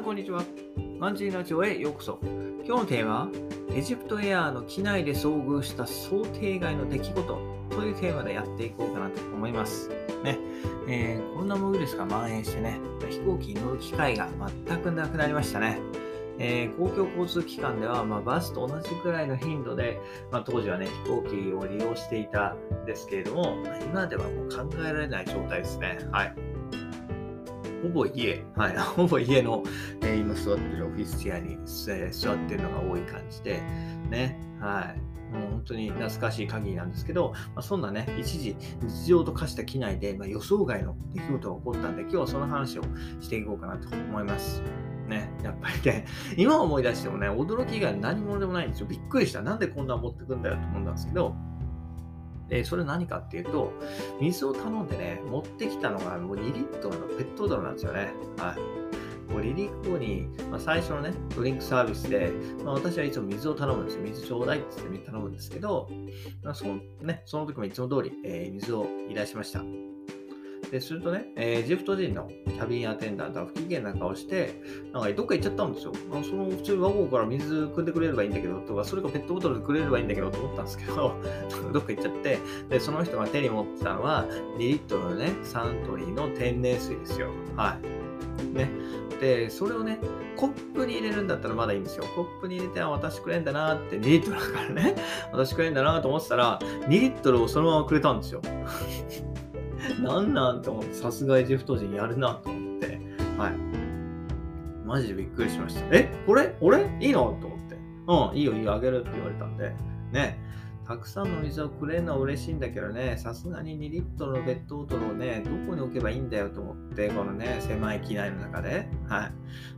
ん、こんにちは。マンジーラジオへようこそ。今日のテーマは、エジプトエアーの機内で遭遇した想定外の出来事というテーマでやっていこうかなと思います。ね、コロナウイルスが蔓延してね、飛行機に乗る機会が全くなくなりましたね。公共交通機関では、バスと同じくらいの頻度で、当時はね、飛行機を利用していたんですけれども、今ではもう考えられない状態ですね。はい。ほぼ家の、今座ってるオフィスチェアに、座ってるのが多い感じで、ね、はい。もう本当に懐かしい限りなんですけど、そんなね、一時日常と化した機内で、予想外の出来事が起こったんで、今日はその話をしていこうかなと思います。ね、やっぱりね、今思い出してもね、驚き以外何者でもないんですよ。びっくりした。なんでこんな持ってくんだよと思ったんですけど、それ何かっていうと、水を頼んでね、持ってきたのがもう2リットルのペットボトルなんですよね。はい。もう離陸後に、最初のね、ドリンクサービスで、私はいつも水を頼むんですよ。水ちょうだいって言って頼むんですけど、その時もいつも通り、水を依頼しました。するとね、エジプト人のキャビンアテンダントは不機嫌な顔して、どっか行っちゃったんですよ。その普通ワゴンから水汲んでくれればいいんだけど、とか、それかペットボトルでくれればいいんだけどと思ったんですけど、どっか行っちゃって、で、その人が手に持ってたのは、2リットルのね、サントリーの天然水ですよ。はい。ね。で、それをね、コップに入れるんだったらまだいいんですよ。コップに入れて、渡してくれんだなって、2リットルだからね、渡してくれんだなと思ってたら、2リットルをそのままくれたんですよ。なんと思って、さすがエジプト人やるなと思って、はい。マジでびっくりしました。これ俺いいのと思って。いいよ、あげるって言われたんで、ね。たくさんの水をくれるのは嬉しいんだけどね、さすがに2リットルのペットボトルをね、どこに置けばいいんだよと思って、このね、狭い機内の中で、はい。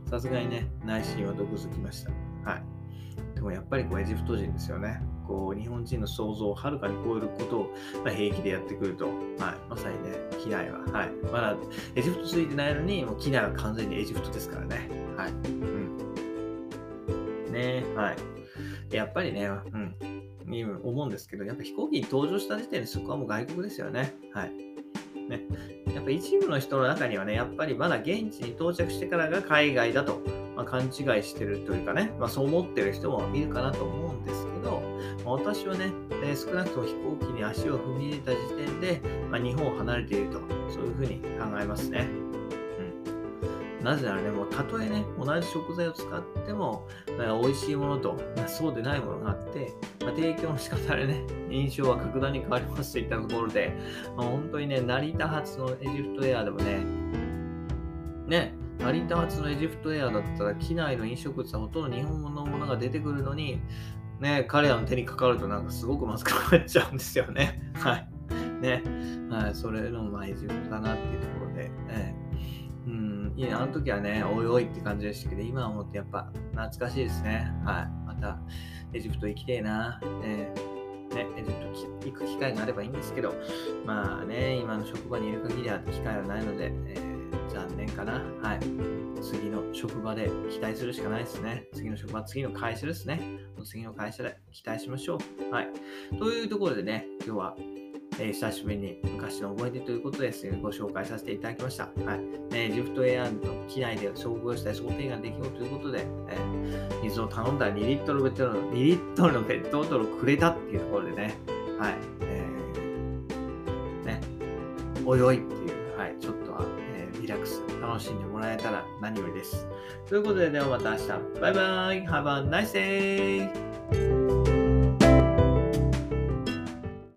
さすがにね、内心は毒づきました。はい。でもやっぱりエジプト人ですよね。日本人の想像をはるかに超えることを、平気でやってくると、はい、まさにね、機内は、はい、まだエジプトついてないのに、もう機内は完全にエジプトですからね。はい。ね、はい。やっぱりね、今思うんですけど、やっぱ飛行機に搭乗した時点でそこはもう外国ですよね。はい。ね。やっぱ一部の人の中にはね、やっぱりまだ現地に到着してからが海外だと、勘違いしてるというかね、そう思ってる人もいるかなと思うんですけど、私はね、少なくとも飛行機に足を踏み入れた時点で、日本を離れていると、そういうふうに考えますね。なぜならね、もうたとえね、同じ食材を使っても、美味しいものと、そうでないものがあって、提供の仕方でね、印象は格段に変わりますといったところで、本当にね、成田発のエジプトエアーでもね、成田発のエジプトエアーだったら、機内の飲食物はほとんど日本のものが出てくるのに、ね、彼らの手にかかるとすごくまずくなっちゃうんですよね。はい。ね。はい。それのエジプトだなっていうところで、あの時はね、おいおいって感じでしたけど、今思ってやっぱ懐かしいですね。はい。また、エジプト行きてえな。エジプト行く機会があればいいんですけど、今の職場にいる限りは機会はないので、残念かな。はい。次の職場で期待するしかないですね。次の職場、次の会社ですね。次の会社で期待しましょう。はい。というところでね、今日は、久しぶりに昔の思い出ということでご紹介させていただきました。はい。エジプトエアの機内で遭遇した想定外の出来事ということで、水を頼んだら2リットルのペットボトルをくれたっていうところでね、はい。おいおいっていう、はい。ちょっとは、リラックス、楽しんでもらえたら何よりです。ということで、ではまた明日。バイバイ !Have a nice day!